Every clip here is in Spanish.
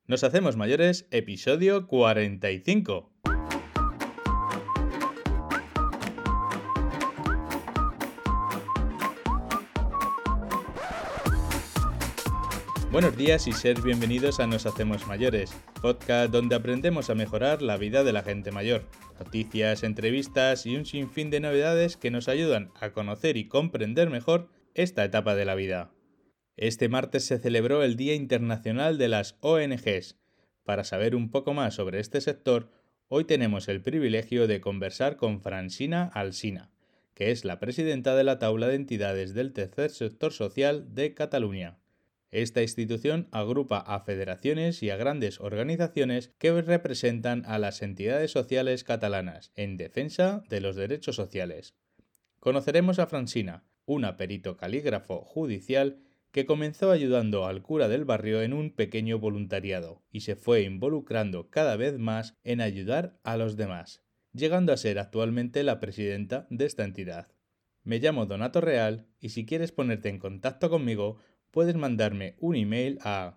Nos hacemos mayores, episodio 45. Buenos días y ser bienvenidos a Nos hacemos mayores, podcast donde aprendemos a mejorar la vida de la gente mayor. Noticias, entrevistas y un sinfín de novedades que nos ayudan a conocer y comprender mejor esta etapa de la vida. Este martes se celebró el Día Internacional de las ONGs. Para saber un poco más sobre este sector, hoy tenemos el privilegio de conversar con Francina Alsina, que es la presidenta de la Taula de Entidades del Tercer Sector Social de Cataluña. Esta institución agrupa a federaciones y a grandes organizaciones que representan a las entidades sociales catalanas en defensa de los derechos sociales. Conoceremos a Francina, una perito calígrafo judicial que comenzó ayudando al cura del barrio en un pequeño voluntariado y se fue involucrando cada vez más en ayudar a los demás, llegando a ser actualmente la presidenta de esta entidad. Me llamo Donato Real y si quieres ponerte en contacto conmigo, puedes mandarme un email a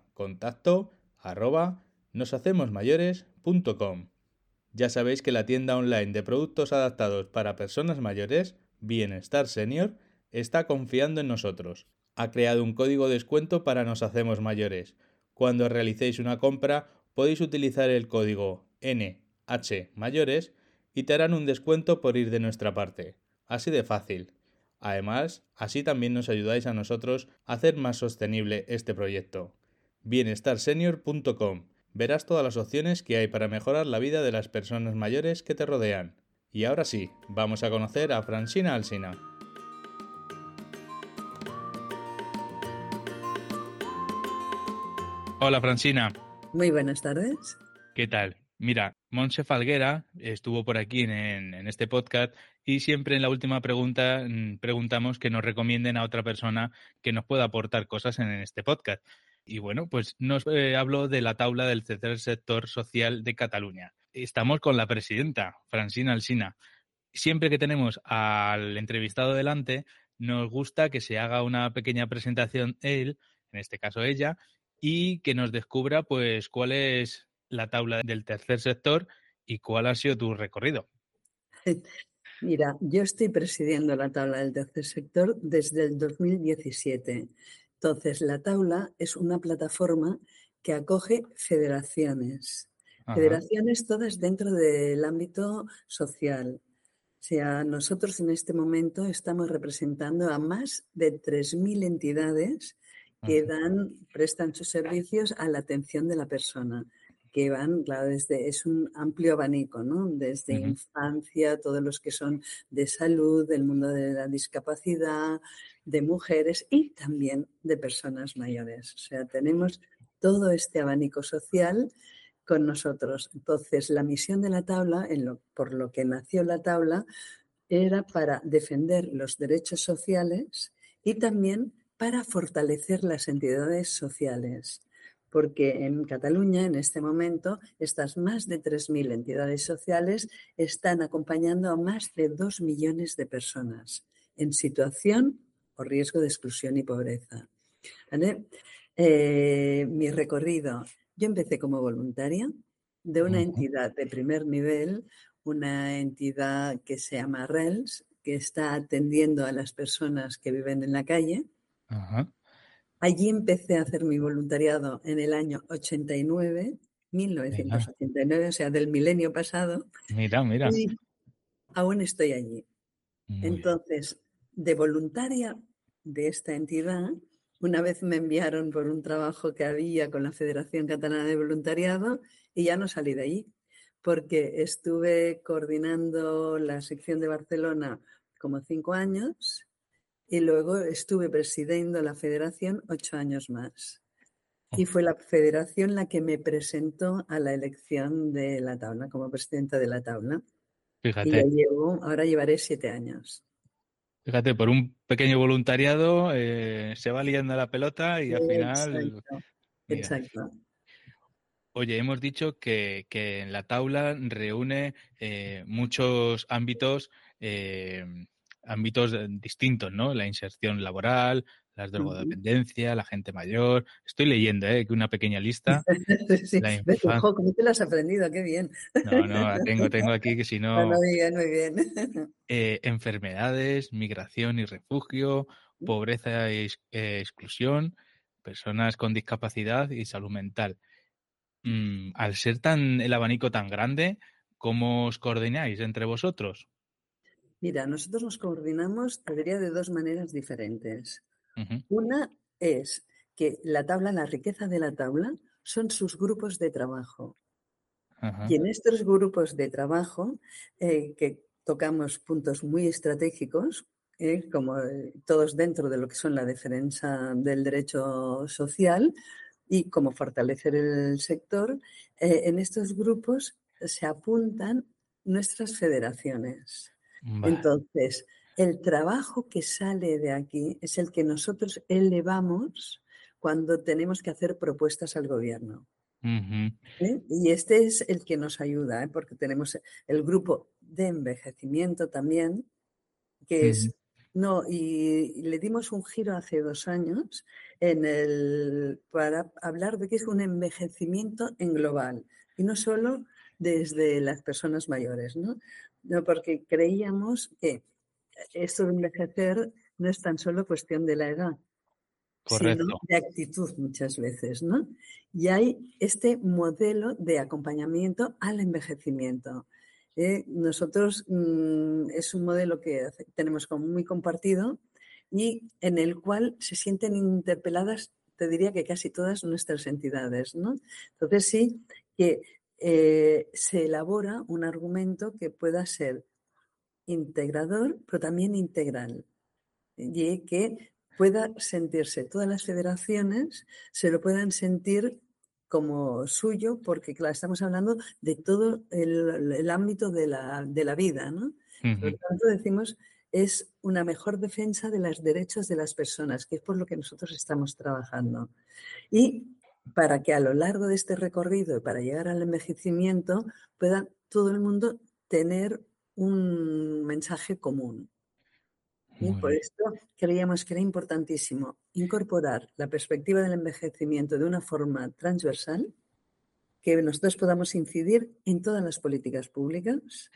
contacto@noshacemosmayores.com. Ya sabéis que la tienda online de productos adaptados para personas mayores, Bienestar Senior, está confiando en nosotros. Ha creado un código de descuento para Nos Hacemos Mayores. Cuando realicéis una compra, podéis utilizar el código NHMayores y te harán un descuento por ir de nuestra parte. Así de fácil. Además, así también nos ayudáis a nosotros a hacer más sostenible este proyecto. Bienestarsenior.com. Verás todas las opciones que hay para mejorar la vida de las personas mayores que te rodean. Y ahora sí, vamos a conocer a Francina Alsina. Hola Francina. Muy buenas tardes. ¿Qué tal? Mira, Montse Falguera estuvo por aquí en este podcast y siempre en la última pregunta preguntamos que nos recomienden a otra persona que nos pueda aportar cosas en este podcast. Y bueno, pues nos habló de la Taula del Tercer Sector Social de Cataluña. Estamos con la presidenta, Francina Alsina. Siempre que tenemos al entrevistado delante, nos gusta que se haga una pequeña presentación él, en este caso ella, y que nos descubra pues cuál es la Taula del Tercer Sector y cuál ha sido tu recorrido. Mira, yo estoy presidiendo la Taula del Tercer Sector desde el 2017. Entonces, la Taula es una plataforma que acoge federaciones. Ajá. Federaciones todas dentro del ámbito social. O sea, nosotros en este momento estamos representando a más de 3.000 entidades que prestan sus servicios a la atención de la persona, que van, claro, es un amplio abanico, ¿no? Desde infancia, todos los que son de salud, del mundo de la discapacidad, de mujeres y también de personas mayores. O sea, tenemos todo este abanico social con nosotros. Entonces, la misión de la Taula, por lo que nació la Taula, era para defender los derechos sociales y también para fortalecer las entidades sociales. Porque en Cataluña, en este momento, estas más de 3.000 entidades sociales están acompañando a más de 2 millones de personas en situación o riesgo de exclusión y pobreza. ¿Vale? Mi recorrido. Yo empecé como voluntaria de una entidad de primer nivel, una entidad que se llama RELS, que está atendiendo a las personas que viven en la calle. Ajá. Allí empecé a hacer mi voluntariado en el año 1989, o sea, del milenio pasado. Mira. Y aún estoy allí. Muy Entonces, de voluntaria de esta entidad, una vez me enviaron por un trabajo que había con la Federación Catalana de Voluntariado y ya no salí de allí, porque estuve coordinando la sección de Barcelona como 5 años y luego estuve presidiendo la federación 8 años más. Y fue la federación la que me presentó a la elección de la Taula, como presidenta de la Taula. Fíjate. Y ya ahora llevaré 7 años. Fíjate, por un pequeño voluntariado se va liando la pelota y al final... Exacto. Oye, hemos dicho que en la Taula reúne muchos ámbitos distintos, ¿no? La inserción laboral, las Ujú. drogodependencia, la gente mayor. Estoy leyendo, que una pequeña lista. Sí, La ves, infancia. jo, ¿cómo te lo has aprendido? Qué bien. No, no, la tengo aquí que si Bueno, no, muy bien, muy bien. enfermedades, migración y refugio, pobreza y exclusión, personas con discapacidad y salud mental. Al ser el abanico tan grande, ¿cómo os coordináis entre vosotros? Mira, nosotros nos coordinamos, te diría, de dos maneras diferentes. Ujú, Una es que la tabla, la riqueza de la tabla, son sus grupos de trabajo. Y ajá, en estos grupos de trabajo, que tocamos puntos muy estratégicos, como todos dentro de lo que son la defensa del derecho social y cómo fortalecer el sector, en estos grupos se apuntan nuestras federaciones. vale. Entonces, el trabajo que sale de aquí es el que nosotros elevamos cuando tenemos que hacer propuestas al gobierno. Ujú, Y este es el que nos ayuda, porque tenemos el grupo de envejecimiento también, que ujú, es, no, y le dimos un giro hace 2 años para hablar de que es un envejecimiento en global, y no solo desde las personas mayores, ¿no? No, porque creíamos que esto de envejecer no es tan solo cuestión de la edad, sino correcto. de actitud muchas veces, ¿no? Y hay este modelo de acompañamiento al envejecimiento. Nosotros es un modelo que tenemos como muy compartido y en el cual se sienten interpeladas, te diría que casi todas nuestras entidades, ¿no? Entonces sí que se elabora un argumento que pueda ser integrador, pero también integral y que pueda sentirse todas las federaciones, se lo puedan sentir como suyo, porque claro, estamos hablando de todo el ámbito de la vida, ¿no? Por Ujú, lo tanto, decimos, es una mejor defensa de los derechos de las personas, que es por lo que nosotros estamos trabajando. Y para que a lo largo de este recorrido, para llegar al envejecimiento, pueda todo el mundo tener un mensaje común. Y muy por bien. esto creíamos que era importantísimo incorporar la perspectiva del envejecimiento de una forma transversal, que nosotros podamos incidir en todas las políticas públicas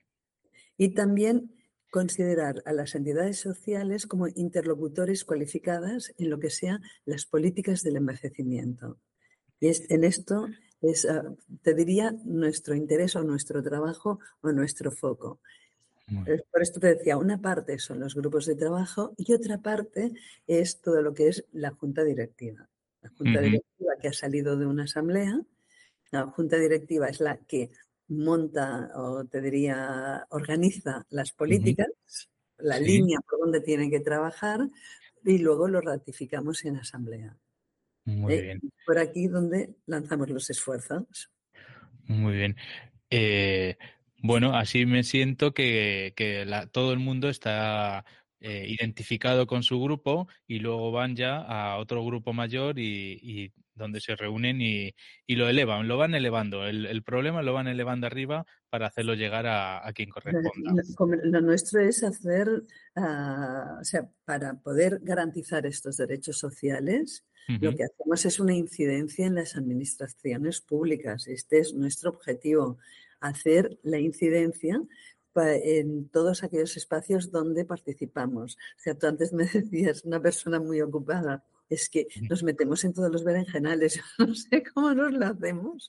y también considerar a las entidades sociales como interlocutores cualificadas en lo que sean las políticas del envejecimiento. Y en esto es, te diría, nuestro interés o nuestro trabajo o nuestro foco. Muy bien. Por esto te decía, una parte son los grupos de trabajo y otra parte es todo lo que es la junta directiva. La junta Ujú, directiva que ha salido de una asamblea, la junta directiva es la que monta o te diría organiza las ujú, políticas, la sí, línea por donde tienen que trabajar y luego lo ratificamos en asamblea. muy ¿Eh? bien, Por aquí donde lanzamos los esfuerzos. muy bien. Eh, bueno, así me siento que todo el mundo está identificado con su grupo y luego van ya a otro grupo mayor y donde se reúnen y lo elevan, lo van elevando. El problema lo van elevando arriba para hacerlo llegar a quien corresponda. Lo nuestro es hacer, o sea, para poder garantizar estos derechos sociales, lo Ujú, que hacemos es una incidencia en las administraciones públicas. Este es nuestro objetivo, hacer la incidencia en todos aquellos espacios donde participamos. O sea, tú antes me decías, una persona muy ocupada, es que ujú, nos metemos en todos los berenjenales. Yo no sé cómo nos lo hacemos.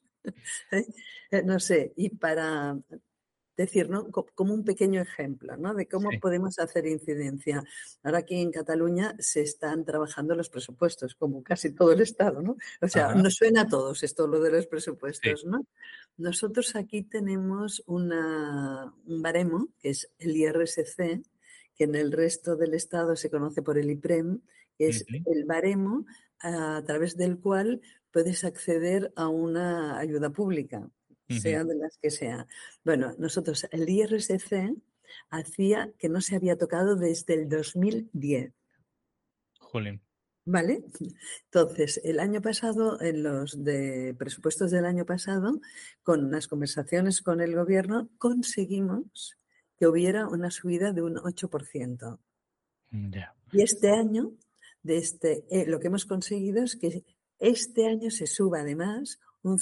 No sé, y para decir, ¿no? Como un pequeño ejemplo, ¿no? De cómo sí. podemos hacer incidencia. Ahora aquí en Cataluña se están trabajando los presupuestos, como casi todo el Estado, ¿no? O sea, Ajá, nos suena a todos esto lo de los sí. presupuestos, ¿no? Nosotros aquí tenemos un baremo, que es el IRSC, que en el resto del Estado se conoce por el IPREM, que es Ujú, el baremo a través del cual puedes acceder a una ayuda pública, ujú. sea de las que sea. Bueno, nosotros, el IRSC hacía que no se había tocado desde el 2010, Jolín. ¿vale? Entonces, el año pasado, en los de presupuestos del año pasado, con las conversaciones con el gobierno, conseguimos que hubiera una subida de un 8%. Ya. Y este año lo que hemos conseguido es que este año se suba además un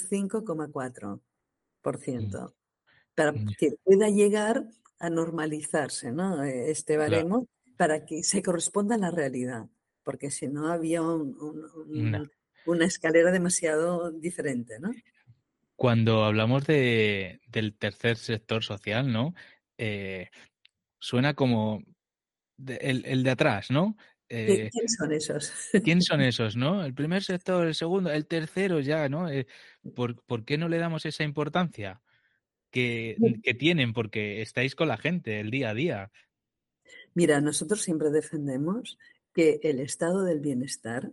5,4%, para Ya, que pueda llegar a normalizarse, ¿no? Este claro. baremo, para que se corresponda a la realidad, porque si no había No. una escalera demasiado diferente, ¿no? Cuando hablamos del tercer sector social, ¿no? Eh, Suena como el de atrás, ¿no? Eh, ¿Quién son esos? ¿Quién son esos, no? El primer sector, el segundo, el tercero ya, ¿no? ¿Por qué no le damos esa importancia que tienen? Porque estáis con la gente el día a día. Mira, nosotros siempre defendemos que el estado del bienestar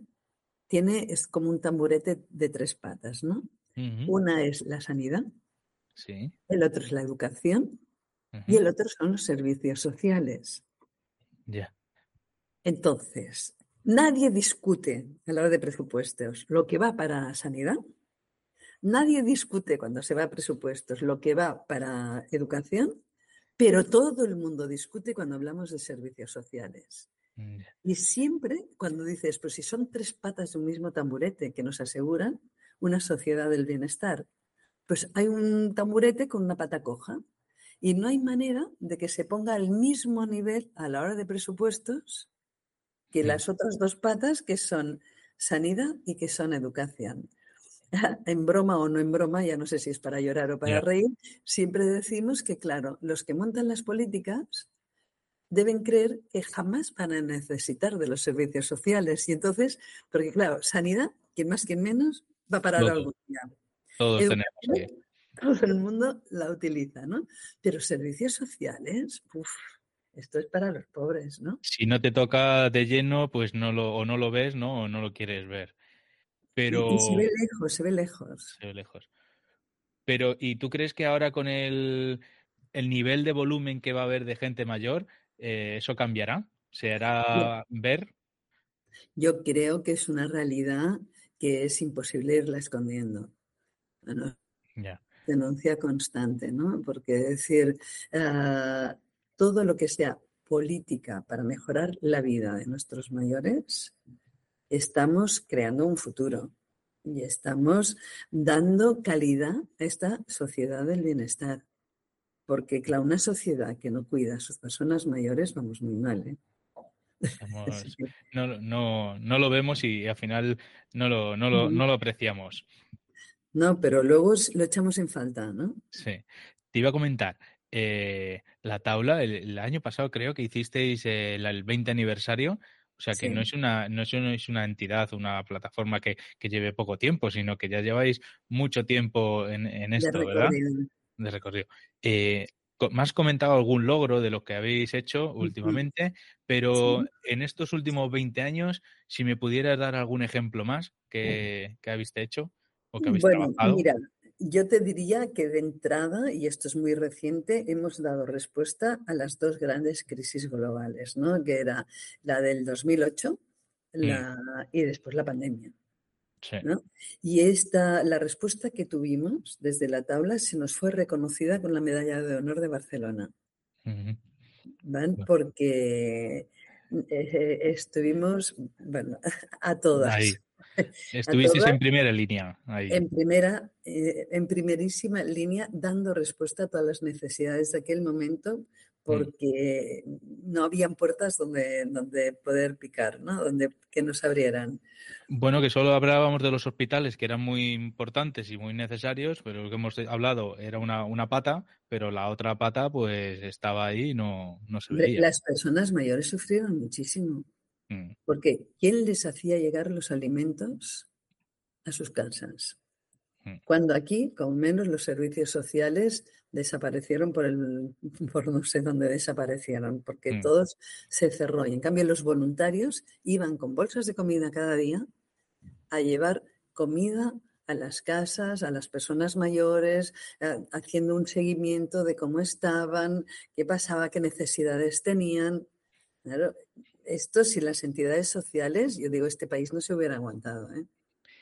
es como un tamburete de tres patas, ¿no? Ujú, Una es la sanidad, sí. el otro es la educación y Ujú, el otro son los servicios sociales. ya. Entonces, nadie discute a la hora de presupuestos lo que va para sanidad, nadie discute cuando se va a presupuestos lo que va para educación, pero todo el mundo discute cuando hablamos de servicios sociales. Ya. Y siempre cuando dices, pues si son tres patas de un mismo tamburete que nos aseguran una sociedad del bienestar, pues hay un tamburete con una pata coja y no hay manera de que se ponga al mismo nivel a la hora de presupuestos que Mm, las otras dos patas que son sanidad y que son educación. En broma o no en broma, ya no sé si es para llorar o para ya. reír, siempre decimos que, claro, los que montan las políticas deben creer que jamás van a necesitar de los servicios sociales. Y entonces, porque claro, sanidad, quien más, quien menos, va a parar Todos, algún día. todos tenemos ahí. Educación, todo el mundo la utiliza, ¿no? Pero servicios sociales, uff, esto es para los pobres, ¿no? Si no te toca de lleno, pues o no lo ves, ¿no? O no lo quieres ver. Y se Pero ve lejos, se ve lejos. se ve lejos. Pero, ¿y tú crees que ahora con el nivel de volumen que va a haber de gente mayor, eso cambiará? ¿Se hará ver? Yo creo que es una realidad que es imposible irla escondiendo. Bueno, Ya. denuncia constante, ¿no? Porque decir, uh, todo lo que sea política para mejorar la vida de nuestros mayores, estamos creando un futuro y estamos dando calidad a esta sociedad del bienestar. Porque, claro, una sociedad que no cuida a sus personas mayores, vamos muy mal, ¿eh? Estamos, no lo vemos y al final no lo apreciamos. No, pero luego lo echamos en falta, ¿no? Sí. Te iba a comentar, la tabla, el año pasado creo que hicisteis el 20 aniversario, o sea que Sí, no es una entidad, una plataforma que lleve poco tiempo, sino que ya lleváis mucho tiempo en de esto, ¿verdad? recorrido. De recorrido. Me has comentado algún logro de lo que habéis hecho Ujú. últimamente, pero Sí. en estos últimos 20 años, si me pudieras dar algún ejemplo más que habéis hecho o que habéis Bueno, trabajado. mira, yo te diría que de entrada, y esto es muy reciente, hemos dado respuesta a las dos grandes crisis globales, ¿no? Que era la del 2008 Mm, y después la pandemia, sí. ¿no? Y la respuesta que tuvimos desde la tabla se nos fue reconocida con la Medalla de Honor de Barcelona, Ujú. ¿vale? Bueno, Porque estuvimos, bueno, a ahí. todas, a Estuvisteis todas. en primera línea, ahí. En primerísima línea, dando respuesta a todas las necesidades de aquel momento, Mm. porque no habían puertas donde poder picar, ¿no? Donde que nos abrieran. Bueno, que solo hablábamos de los hospitales, que eran muy importantes y muy necesarios, pero lo que hemos hablado era una pata, pero la otra pata pues estaba ahí y no se Hombre, veía. las personas mayores sufrieron muchísimo, Mm, porque ¿quién les hacía llegar los alimentos a sus casas? mm, Cuando aquí, con menos, los servicios sociales desaparecieron por no sé dónde desaparecieron, porque mm. todos se cerró. Y en cambio los voluntarios iban con bolsas de comida cada día a llevar comida a las casas, a las personas mayores, haciendo un seguimiento de cómo estaban, qué pasaba, qué necesidades tenían. Claro, esto si las entidades sociales, yo digo, este país no se hubiera aguantado, ¿eh?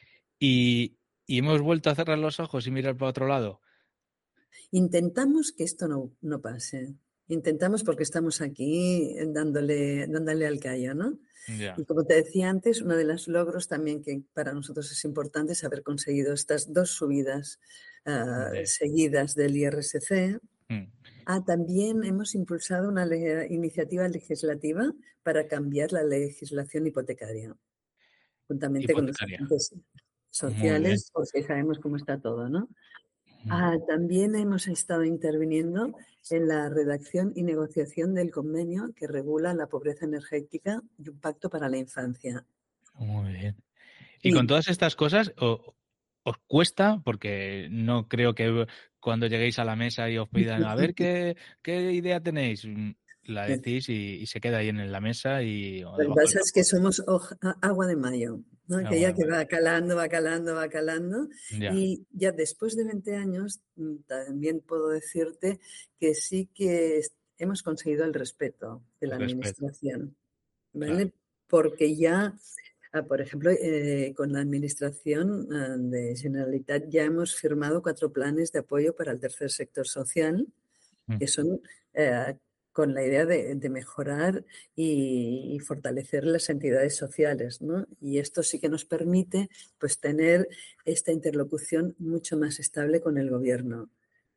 Y hemos vuelto a cerrar los ojos y mirar para otro lado. Intentamos que esto no pase. Intentamos porque estamos aquí dándole al callo, ¿no? Ya. Y como te decía antes, uno de los logros también que para nosotros es importante es haber conseguido estas 2 subidas De, seguidas del IRSC. mm, También hemos impulsado una iniciativa legislativa para cambiar la legislación hipotecaria, juntamente con los hipotecaria. agentes Muy bien. sociales, porque sabemos cómo está todo, ¿no? Mm. También hemos estado interviniendo en la redacción y negociación del convenio que regula la pobreza energética y un pacto para la infancia. Muy bien. Y con Y todas estas cosas, ¿os cuesta? Porque no creo que cuando lleguéis a la mesa y os pidan, a ver, ¿qué idea tenéis? La decís y se queda ahí en la mesa y o lo que debajo del pasa es que tapón. somos agua de mayo, ¿no? Ah, Aquella bueno, que bueno. va calando, va calando, va calando. Ya, Y ya después de 20 años, también puedo decirte que sí que hemos conseguido el respeto de la el respeto, administración, claro. ¿vale? Porque ya, por ejemplo, con la administración de Generalitat ya hemos firmado 4 planes de apoyo para el tercer sector social, Mm. que son eh, con la idea de mejorar y fortalecer las entidades sociales, ¿no? Y esto sí que nos permite pues, tener esta interlocución mucho más estable con el gobierno.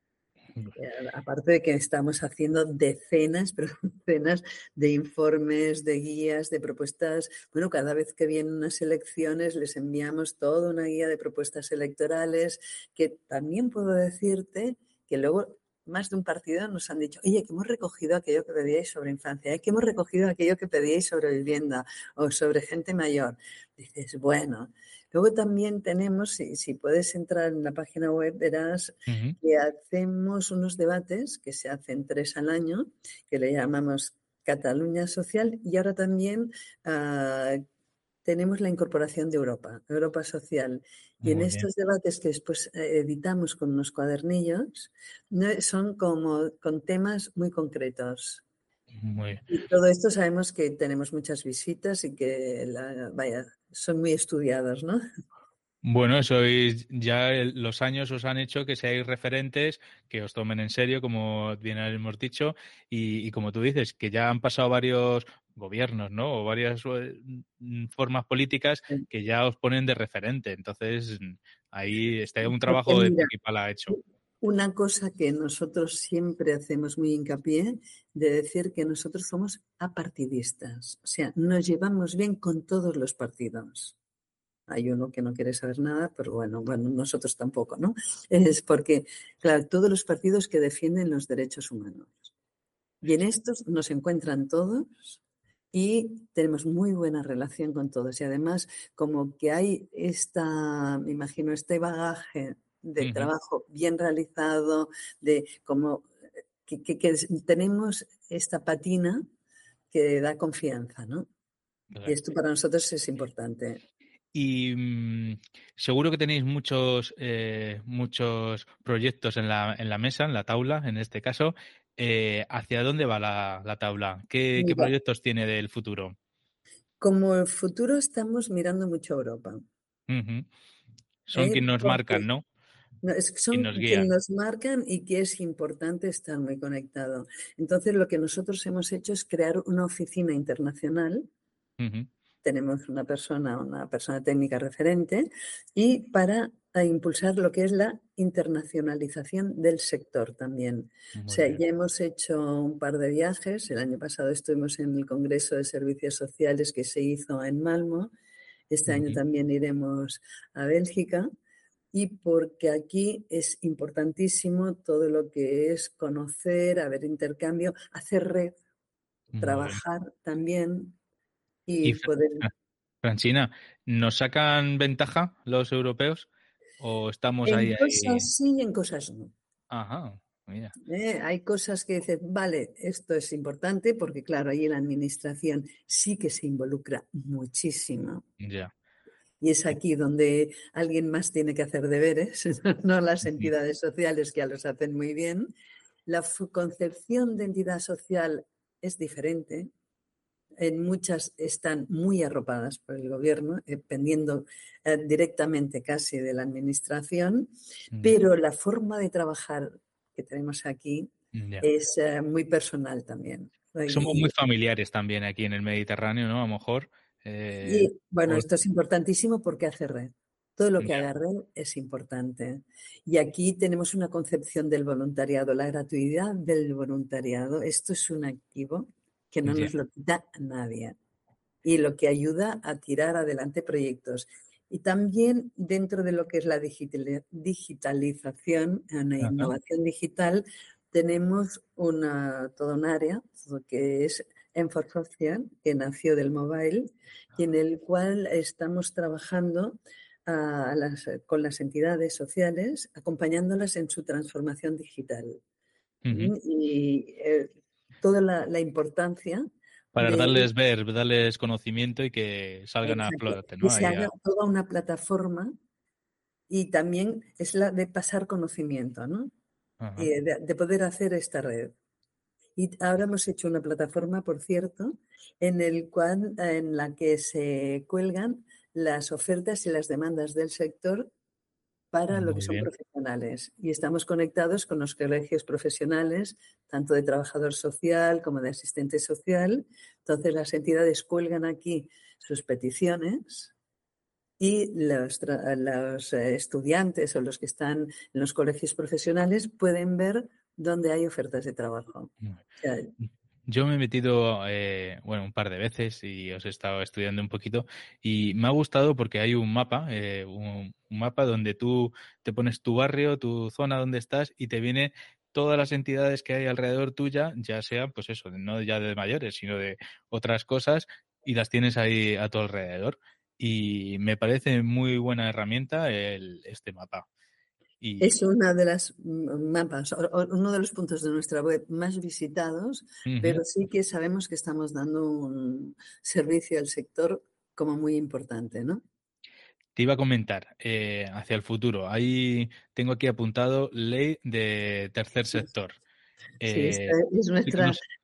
Aparte de que estamos haciendo decenas, pero decenas de informes, de guías, de propuestas. Bueno, cada vez que vienen unas elecciones les enviamos toda una guía de propuestas electorales que también puedo decirte que luego más de un partido nos han dicho, oye, que hemos recogido aquello que pedíais sobre infancia, que hemos recogido aquello que pedíais sobre vivienda o sobre gente mayor. Dices, bueno. Luego también tenemos, si puedes entrar en la página web, verás Ujú. que hacemos unos debates que se hacen 3 al año, que le llamamos Cataluña Social, y ahora también tenemos la incorporación de Europa, Europa Social. Y en Muy bien, estos debates que después editamos con unos cuadernillos, ¿no? Son como con temas muy concretos. muy bien. Y todo esto sabemos que tenemos muchas visitas y que, vaya, son muy estudiados, ¿no? Bueno, sois ya los años os han hecho que seáis referentes, que os tomen en serio, como bien hemos dicho, y como tú dices, que ya han pasado varios gobiernos, ¿no? O varias formas políticas que ya os ponen de referente. Entonces, ahí está un Porque trabajo de mira, Principal hecho. una cosa que nosotros siempre hacemos muy hincapié de decir que nosotros somos apartidistas, o sea, nos llevamos bien con todos los partidos. Hay uno que no quiere saber nada, pero bueno, nosotros tampoco, ¿no? Es porque, claro, todos los partidos que defienden los derechos humanos. Y en estos nos encuentran todos y tenemos muy buena relación con todos. Y además, como que hay me imagino, este bagaje de Ujú, trabajo bien realizado, de como que tenemos esta patina que da confianza, ¿no? Y claro. esto para nosotros es importante. Y seguro que tenéis muchos proyectos en la mesa, en la tabla, en este caso. ¿Hacia dónde va la tabla? ¿Qué Mira, proyectos tiene del futuro? como el futuro estamos mirando mucho a Europa, Ujú. Son quien nos marcan, porque ¿no? no, es que Quien son nos quienes guían. nos marcan y que es importante estar muy conectado. Entonces, lo que nosotros hemos hecho es crear una oficina internacional. Ujú. Tenemos una persona técnica referente y para impulsar lo que es la internacionalización del sector también. O Muy sea, bien. ya hemos hecho un par de viajes. El año pasado estuvimos en el Congreso de Servicios Sociales que se hizo en Malmo. Este año Ujú. también iremos a Bélgica. Y porque aquí es importantísimo todo lo que es conocer, haber intercambio, hacer red, Muy bien. trabajar también y Y poder. Francina, ¿nos sacan ventaja los europeos? ¿O estamos En ahí? cosas sí y en cosas no. Ajá, mira, Hay cosas que dices, vale, esto es importante porque, claro, ahí la administración sí que se involucra muchísimo. ya. Y es aquí donde alguien más tiene que hacer deberes, no las Ujú. entidades sociales que ya los hacen muy bien. La concepción de entidad social es diferente. En muchas están muy arropadas por el gobierno, dependiendo directamente casi de la administración, Ya. pero la forma de trabajar que tenemos aquí Ya. es muy personal también. Somos muy familiares también aquí en el Mediterráneo, ¿no? A lo mejor. Y bueno, O- esto es importantísimo porque hace red. Todo lo que ya, haga red es importante. Y aquí tenemos una concepción del voluntariado, la gratuidad del voluntariado. Esto es un activo que no ya. nos lo quita nadie y lo que ayuda a tirar adelante proyectos. Y también dentro de lo que es la digitalización, la Ajá. innovación digital, tenemos todo un área que es Social, que nació del mobile y en el cual estamos trabajando con las entidades sociales, acompañándolas en su transformación digital. Ujú. Y toda la importancia Para de darles conocimiento y que salgan a exacto, flote, que ¿no? se Ahí haga toda una plataforma y también es la de pasar conocimiento, ¿no? ajá. De poder hacer esta red. Y ahora hemos hecho una plataforma, por cierto, en la que se cuelgan las ofertas y las demandas del sector para lo que Muy son bien. profesionales. Y estamos conectados con los colegios profesionales, tanto de trabajador social como de asistente social. Entonces, las entidades cuelgan aquí sus peticiones y los estudiantes o los que están en los colegios profesionales pueden ver dónde hay ofertas de trabajo. O sea, Yo me he metido, bueno, un par de veces y os he estado estudiando un poquito y me ha gustado porque hay un mapa, un mapa donde tú te pones tu barrio, tu zona donde estás y te viene todas las entidades que hay alrededor tuya, ya sean, pues eso, no ya de mayores, sino de otras cosas y las tienes ahí a tu alrededor. Y me parece muy buena herramienta este mapa. es Y una de las mapas, uno de los puntos de nuestra web más visitados, ujú. pero sí que sabemos que estamos dando un servicio al sector como muy importante, ¿no? Te iba a comentar, hacia el futuro, ahí tengo aquí apuntado ley de tercer sector. Sí, esta Eh, es sí que nuestra, nos,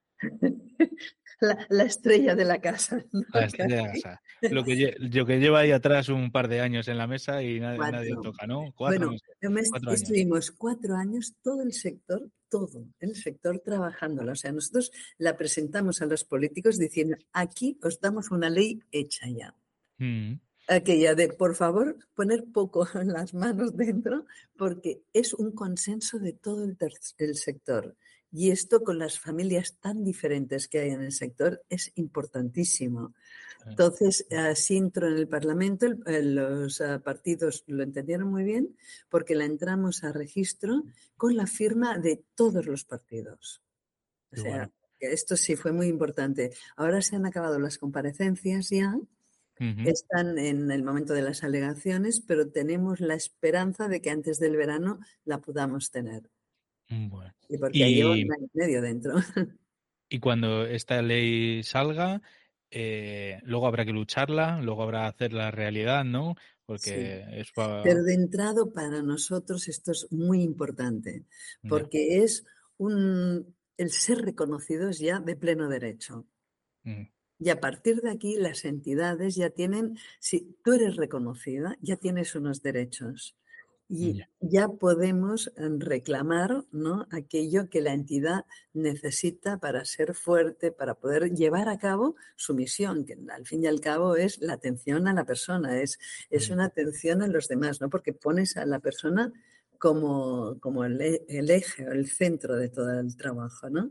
la estrella de la casa, ¿no? a Estrella de Casi. Gasa. Lo que lleva ahí atrás un par de años en la mesa y nadie Cuatro. toca, ¿no? Cuatro, Bueno, no sé, 4 años. estuvimos 4 años, todo el sector trabajándola. O sea, nosotros la presentamos a los políticos diciendo, aquí os damos una ley hecha ya. Mm, Aquella de, por favor, poner poco en las manos dentro, porque es un consenso de todo el sector. Y esto con las familias tan diferentes que hay en el sector es importantísimo. eh, Entonces, así entró en el Parlamento, los partidos lo entendieron muy bien porque la entramos a registro con la firma de todos los partidos. O qué sea, bueno. que esto sí fue muy importante. Ahora se han acabado las comparecencias ya, Ujú, están en el momento de las alegaciones, pero tenemos la esperanza de que antes del verano la podamos tener. bueno. Y porque ya llevo un Y, año y medio dentro. y cuando esta ley salga, luego habrá que lucharla, luego habrá que hacerla realidad, ¿no? Sí. Porque es Pero para... de entrado, para nosotros esto es muy importante, Ya. porque es el ser reconocidos ya de pleno derecho. Mm, Y a partir de aquí, las entidades ya tienen, si tú eres reconocida, ya tienes unos derechos. Y ya. ya podemos reclamar, ¿no?, aquello que la entidad necesita para ser fuerte, para poder llevar a cabo su misión, que al fin y al cabo es la atención a la persona, es Mm. una atención a los demás, ¿no? Porque pones a la persona como el eje o el centro de todo el trabajo, ¿no?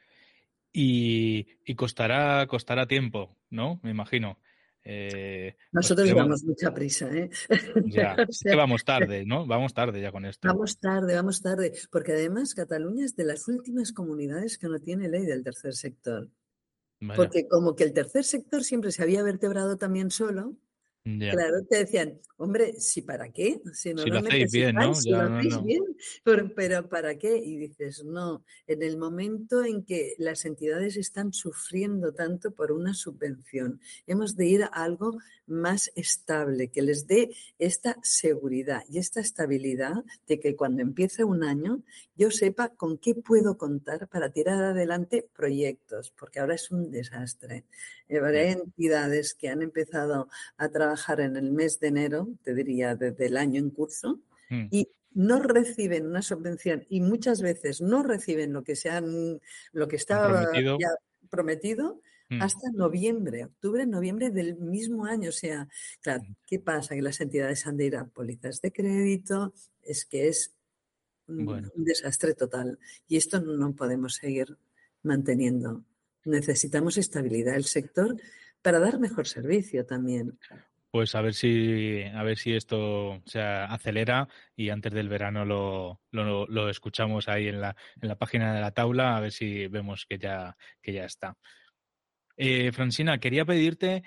Y costará tiempo, ¿no? Me imagino. Os Nosotros queremos, llevamos mucha prisa, ¿eh? ya, O es que sea, vamos tarde, ¿no? Vamos tarde ya con esto. vamos tarde, porque además Cataluña es de las últimas comunidades que no tiene ley del tercer sector, Vaya, porque como que el tercer sector siempre se había vertebrado también solo. ya. Claro, te decían, hombre, ¿si para qué? Si no Si lo lo hacéis bien, ¿no? necesitáis, si lo Ya no, hacéis no. bien, pero ¿para qué? Y dices, no, en el momento en que las entidades están sufriendo tanto por una subvención, hemos de ir a algo más estable, que les dé esta seguridad y esta estabilidad de que cuando empiece un año yo sepa con qué puedo contar para tirar adelante proyectos, porque ahora es un desastre. Ya. Habrá entidades que han empezado a trabajar en el mes de enero, te diría desde el año en curso, Mm. no reciben una subvención y muchas veces no reciben lo que ¿Han estaba prometido? ya prometido Mm, hasta noviembre, octubre, noviembre del mismo año. O sea, claro, mm. ¿qué pasa? Que las entidades han de ir a pólizas de crédito, es que es Bueno, un desastre total. Y esto no podemos seguir manteniendo. Necesitamos estabilidad del sector para dar mejor servicio también. pues a ver si esto se acelera y antes del verano lo escuchamos ahí en la página de la tabla, a ver si vemos que ya está. Francina, quería pedirte,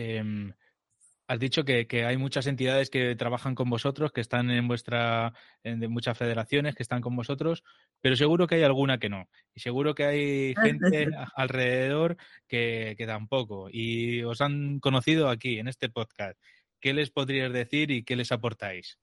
has dicho que hay muchas entidades que trabajan con vosotros, que están de muchas federaciones que están con vosotros, pero seguro que hay alguna que no. Y seguro que hay gente alrededor que tampoco. Y os han conocido aquí, en este podcast. ¿Qué les podrías decir y qué les aportáis?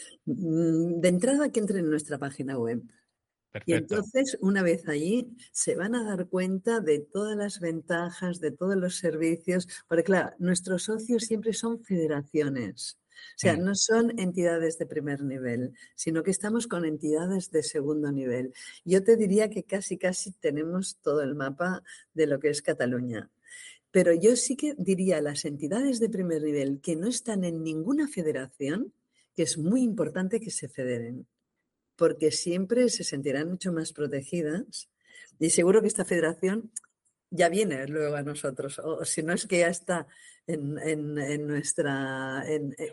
De entrada que entren en nuestra página web. Y Perfecto. entonces, una vez allí, se van a dar cuenta de todas las ventajas, de todos los servicios, porque claro, nuestros socios siempre son federaciones. O sea, Mm. no son entidades de primer nivel, sino que estamos con entidades de segundo nivel. Yo te diría que casi, casi tenemos todo el mapa de lo que es Cataluña. Pero yo sí que diría a las entidades de primer nivel que no están en ninguna federación, que es muy importante que se federen porque siempre se sentirán mucho más protegidas y seguro que esta federación ya viene luego a nosotros, o si no es que ya está en nuestra,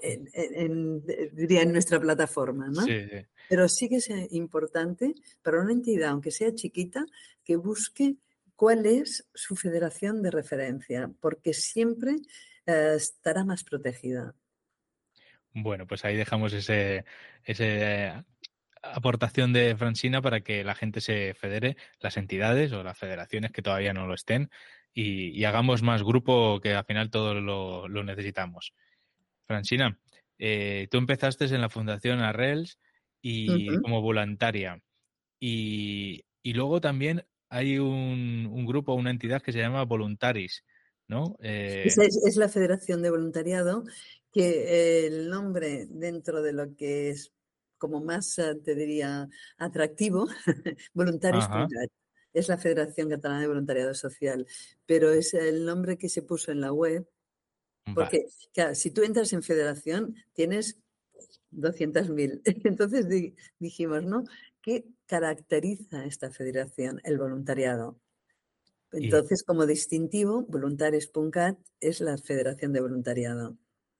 diría en nuestra plataforma, ¿no? Sí, sí. Pero sí que es importante para una entidad, aunque sea chiquita, que busque cuál es su federación de referencia, porque siempre estará más protegida. Bueno, pues ahí dejamos ese aportación de Francina para que la gente se federe, las entidades o las federaciones que todavía no lo estén, y hagamos más grupo que al final todos lo necesitamos. Francina, tú empezaste en la Fundación Arrels y Ujú. como voluntaria. Y luego también hay un grupo, una entidad que se llama Voluntaris, ¿no? Esa es la Federación de Voluntariado, que el nombre dentro de lo que es como más, te diría, atractivo, Ajá, Voluntaris.cat, es la Federación Catalana de Voluntariado Social, pero es el nombre que se puso en la web, vale. porque claro, si tú entras en federación tienes 200.000. Entonces dijimos, ¿no? ¿Qué caracteriza esta federación? El voluntariado. ¿Y Entonces, como distintivo, Voluntaris.cat es la Federación de Voluntariado.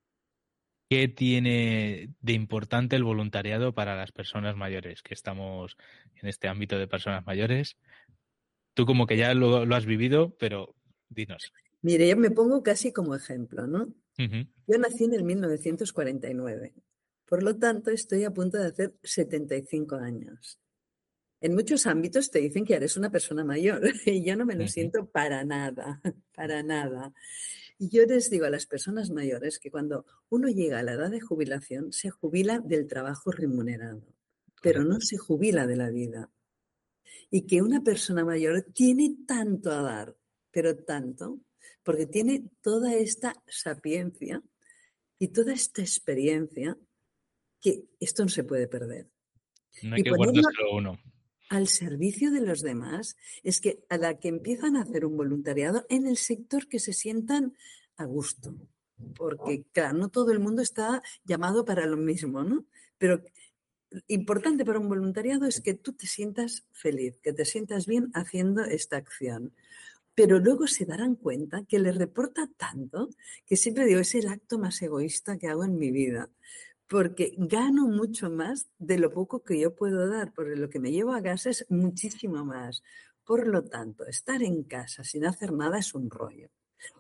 qué tiene de importante el voluntariado para las personas mayores, que estamos en este ámbito de personas mayores? Tú como que ya lo has vivido, pero dinos. Mire, yo me pongo casi como ejemplo, ¿no? Ujú, Yo nací en el 1949. Por lo tanto, estoy a punto de hacer 75 años. En muchos ámbitos te dicen que eres una persona mayor y yo no me lo ujú, siento para nada, para nada. Y yo les digo a las personas mayores que cuando uno llega a la edad de jubilación, se jubila del trabajo remunerado, pero correcto. no se jubila de la vida. Y que una persona mayor tiene tanto a dar, pero tanto, porque tiene toda esta sapiencia y toda esta experiencia que esto no se puede perder. No hay Y que ponerlo guardárselo uno. al servicio de los demás es que a la que empiezan a hacer un voluntariado en el sector que se sientan a gusto. Porque, claro, no todo el mundo está llamado para lo mismo, ¿no? Pero importante para un voluntariado es que tú te sientas feliz, que te sientas bien haciendo esta acción. Pero luego se darán cuenta que les reporta tanto que siempre digo, es el acto más egoísta que hago en mi vida, porque gano mucho más de lo poco que yo puedo dar, porque lo que me llevo a casa es muchísimo más. Por lo tanto, estar en casa sin hacer nada es un rollo.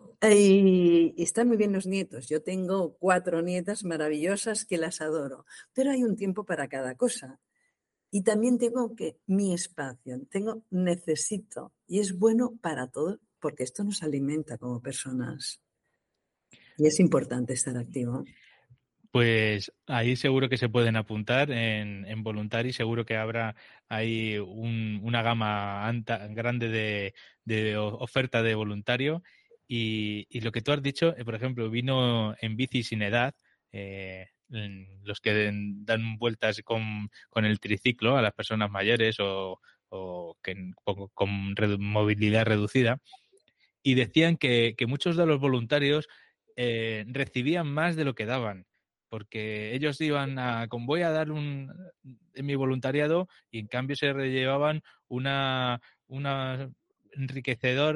Y están muy bien los nietos. Yo tengo 4 nietas maravillosas que las adoro, pero hay un tiempo para cada cosa. Y también tengo que mi espacio, necesito, y es bueno para todos, porque esto nos alimenta como personas. Y es importante estar activo. Pues ahí seguro que se pueden apuntar en Voluntari, seguro que habrá ahí una gama grande de oferta de voluntario. Y lo que tú has dicho, por ejemplo, vino en bici sin edad. los que dan vueltas con el triciclo a las personas mayores o con movilidad reducida, y decían que muchos de los voluntarios recibían más de lo que daban, porque ellos iban voy a dar en mi voluntariado, y en cambio se llevaban una enriquecedor,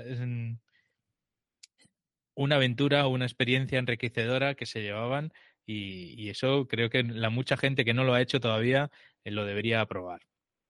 una aventura o una experiencia enriquecedora que se llevaban, y eso creo que la mucha gente que no lo ha hecho todavía lo debería probar.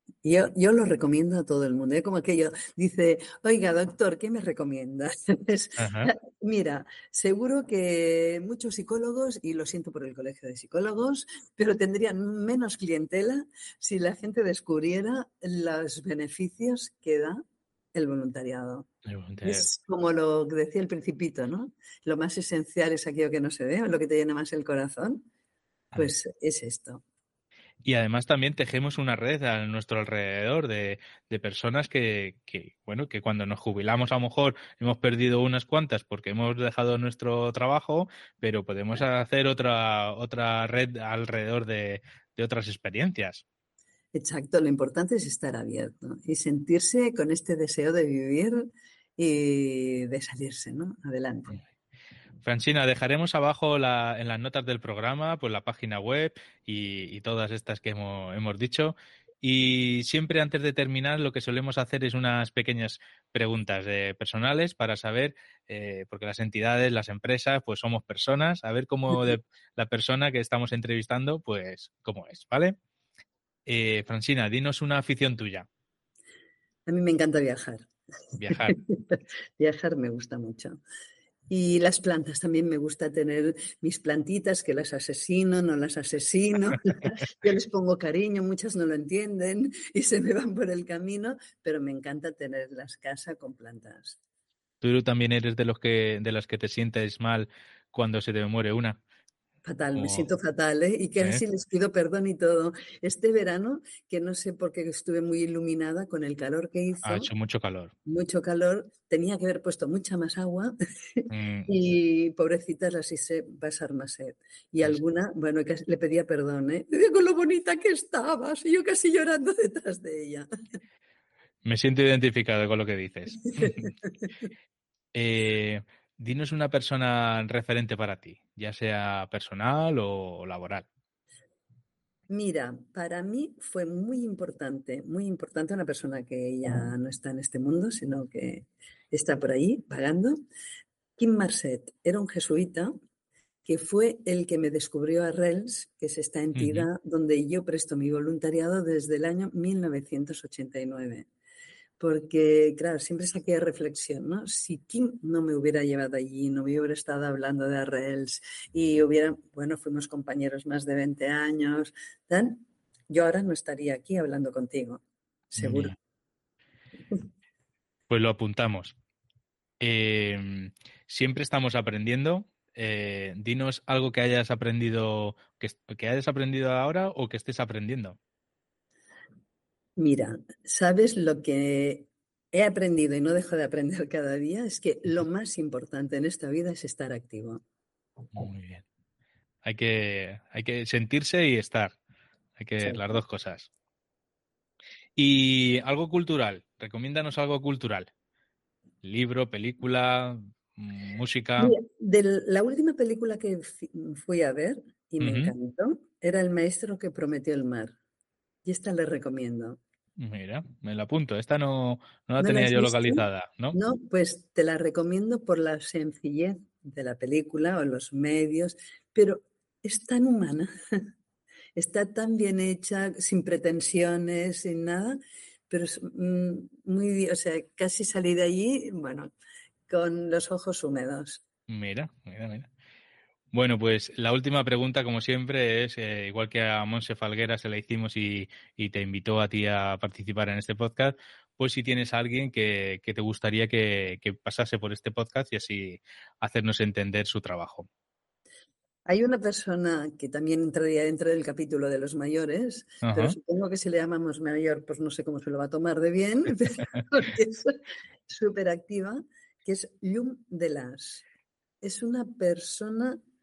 Yo lo recomiendo a todo el mundo. Es como aquello, dice, oiga, doctor, ¿qué me recomienda? Ajá. Mira, seguro que muchos psicólogos, y lo siento por el colegio de psicólogos, pero tendrían menos clientela si la gente descubriera los beneficios que da el voluntariado. Es como lo que decía el Principito, ¿no? Lo más esencial es aquello que no se ve, lo que te llena más el corazón. Pues es esto. Y además también tejemos una red a nuestro alrededor de personas bueno, que cuando nos jubilamos a lo mejor hemos perdido unas cuantas porque hemos dejado nuestro trabajo, pero podemos hacer otra red alrededor de otras experiencias. Exacto, lo importante es estar abierto y sentirse con este deseo de vivir y de salirse, ¿no? Adelante. Francina, dejaremos abajo en las notas del programa, pues la página web y todas estas que hemos dicho. Y siempre antes de terminar, lo que solemos hacer es unas pequeñas preguntas personales para saber, porque las entidades, las empresas, pues somos personas, a ver cómo la persona que estamos entrevistando, pues cómo es, ¿vale? Francina, dinos una afición tuya. A mí me encanta viajar. Viajar. Viajar me gusta mucho. Y las plantas también me gusta tener mis plantitas que las asesino, no las asesino. Yo les pongo cariño, muchas no lo entienden y se me van por el camino, pero me encanta tenerlas casa con plantas. Tú también eres de las que te sientes mal cuando se te muere una. Fatal, me O, siento fatal, ¿eh? Y que ¿eh? así les pido perdón y todo. Este verano, que no sé por qué estuve muy iluminada con el calor que Ha hizo, hecho mucho calor. mucho calor, tenía que haber puesto mucha más agua Mm, y pobrecitas las hice pasar más sed. Y es- alguna, bueno, le pedía perdón, ¿eh? Con lo bonita que estabas, y yo casi llorando detrás de ella. Me siento identificado con lo que dices. Eh, Dinos una persona referente para ti, ya sea personal o laboral. Mira, para mí fue muy importante una persona que ya no está en este mundo, sino que está por ahí pagando. Kim Marset era un jesuita que fue el que me descubrió a RELS, que es esta Ujú. entidad donde yo presto mi voluntariado desde el año 1989. Porque, claro, siempre saqué reflexión, ¿no? Si Kim no me hubiera llevado allí, no me hubiera estado hablando de RELS y bueno, fuimos compañeros más de 20 años, tal, yo ahora no estaría aquí hablando contigo, seguro. Ya. Pues lo apuntamos. Eh, Siempre estamos aprendiendo. Dinos algo que hayas aprendido, que hayas aprendido ahora o que estés aprendiendo. Mira, ¿sabes lo que he aprendido y no dejo de aprender cada día? Es que lo más importante en esta vida es estar activo. Muy bien. Hay que sentirse y estar. Hay que las Exacto. dos cosas. Y algo cultural. Recomiéndanos algo cultural. Libro, película, música. Mira, de la última película que fui a ver y me Ujú. encantó era El maestro que prometió el mar. Y esta le recomiendo. Mira, me la apunto. Esta no la ¿No la tenía has yo visto? localizada, ¿no? No, pues te la recomiendo por la sencillez de la película o los medios, pero es tan humana, está tan bien hecha, sin pretensiones, sin nada, pero es muy, o sea, casi salí de allí, bueno, con los ojos húmedos. Mira, mira, mira. Bueno, pues la última pregunta, como siempre, es igual que a Monse Falguera se la hicimos y te invitó a ti a participar en este podcast, pues si tienes a alguien que te gustaría que pasase por este podcast y así hacernos entender su trabajo. Hay una persona que también entraría dentro del capítulo de los mayores, pero Ajá. supongo que si le llamamos mayor, pues no sé cómo se lo va a tomar de bien, porque es súper activa, que es Llum de Las. Es una persona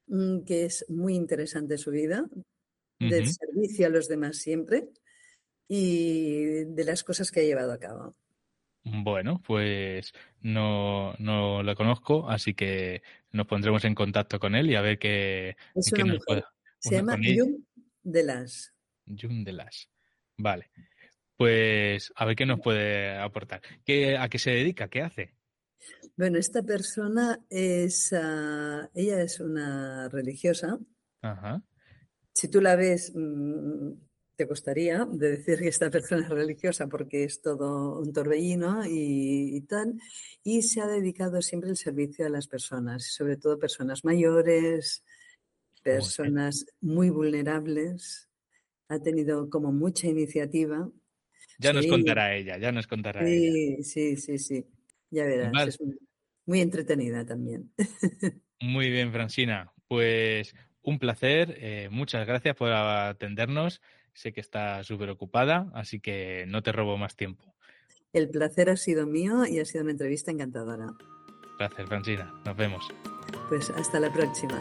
que es muy interesante su vida, del Ujú. servicio a los demás siempre y de las cosas que ha llevado a cabo. Bueno, pues no lo conozco, así que nos pondremos en contacto con él y a ver Es qué una nos mujer, pueda. se llama Con ella, Llum de las. June de las. Vale, pues a ver qué nos puede aportar. ¿A qué se dedica? ¿Qué hace? Bueno, esta persona ella es una religiosa. Ajá. Si tú la ves, te costaría de decir que esta persona es religiosa porque es todo un torbellino y tal. Y se ha dedicado siempre al servicio a las personas, sobre todo personas mayores, Joder. personas muy vulnerables. Ha tenido como mucha iniciativa. Ya nos Sí, contará ella, ya nos contará ella. sí, sí, sí, sí. Ya verás, Vale, es muy entretenida también. muy bien, Francina. Pues un placer, muchas gracias por atendernos. Sé que está súper ocupada, así que no te robo más tiempo. El placer ha sido mío y ha sido una entrevista encantadora. Gracias, Francina. Nos vemos. Pues hasta la próxima.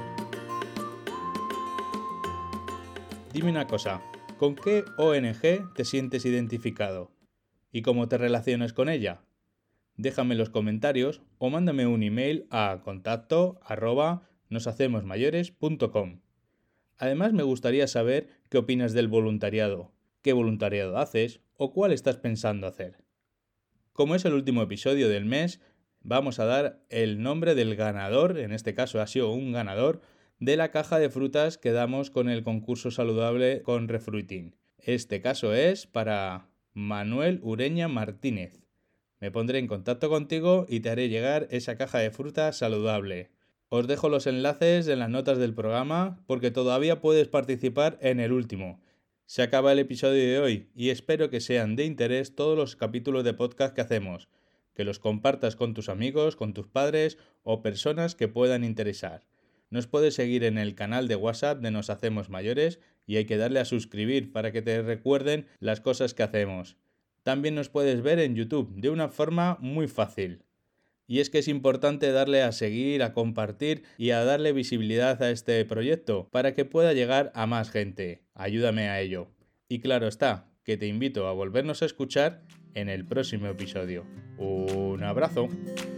Dime una cosa, ¿con qué ONG te sientes identificado? ¿Y cómo te relacionas con ella? Déjame en los comentarios o mándame un email a contacto@noshacemosmayores.com. Además, me gustaría saber qué opinas del voluntariado, qué voluntariado haces o cuál estás pensando hacer. Como es el último episodio del mes, vamos a dar el nombre del ganador, en este caso ha sido un ganador, de la caja de frutas que damos con el concurso saludable con Refruiting. Este caso es para Manuel Ureña Martínez. Me pondré en contacto contigo y te haré llegar esa caja de fruta saludable. Os dejo los enlaces en las notas del programa porque todavía puedes participar en el último. Se acaba el episodio de hoy y espero que sean de interés todos los capítulos de podcast que hacemos, que los compartas con tus amigos, con tus padres o personas que puedan interesar. Nos puedes seguir en el canal de WhatsApp de Nos Hacemos Mayores y hay que darle a suscribir para que te recuerden las cosas que hacemos. También nos puedes ver en YouTube de una forma muy fácil. Y es que es importante darle a seguir, a compartir y a darle visibilidad a este proyecto para que pueda llegar a más gente. Ayúdame a ello. Y claro está, que te invito a volvernos a escuchar en el próximo episodio. Un abrazo.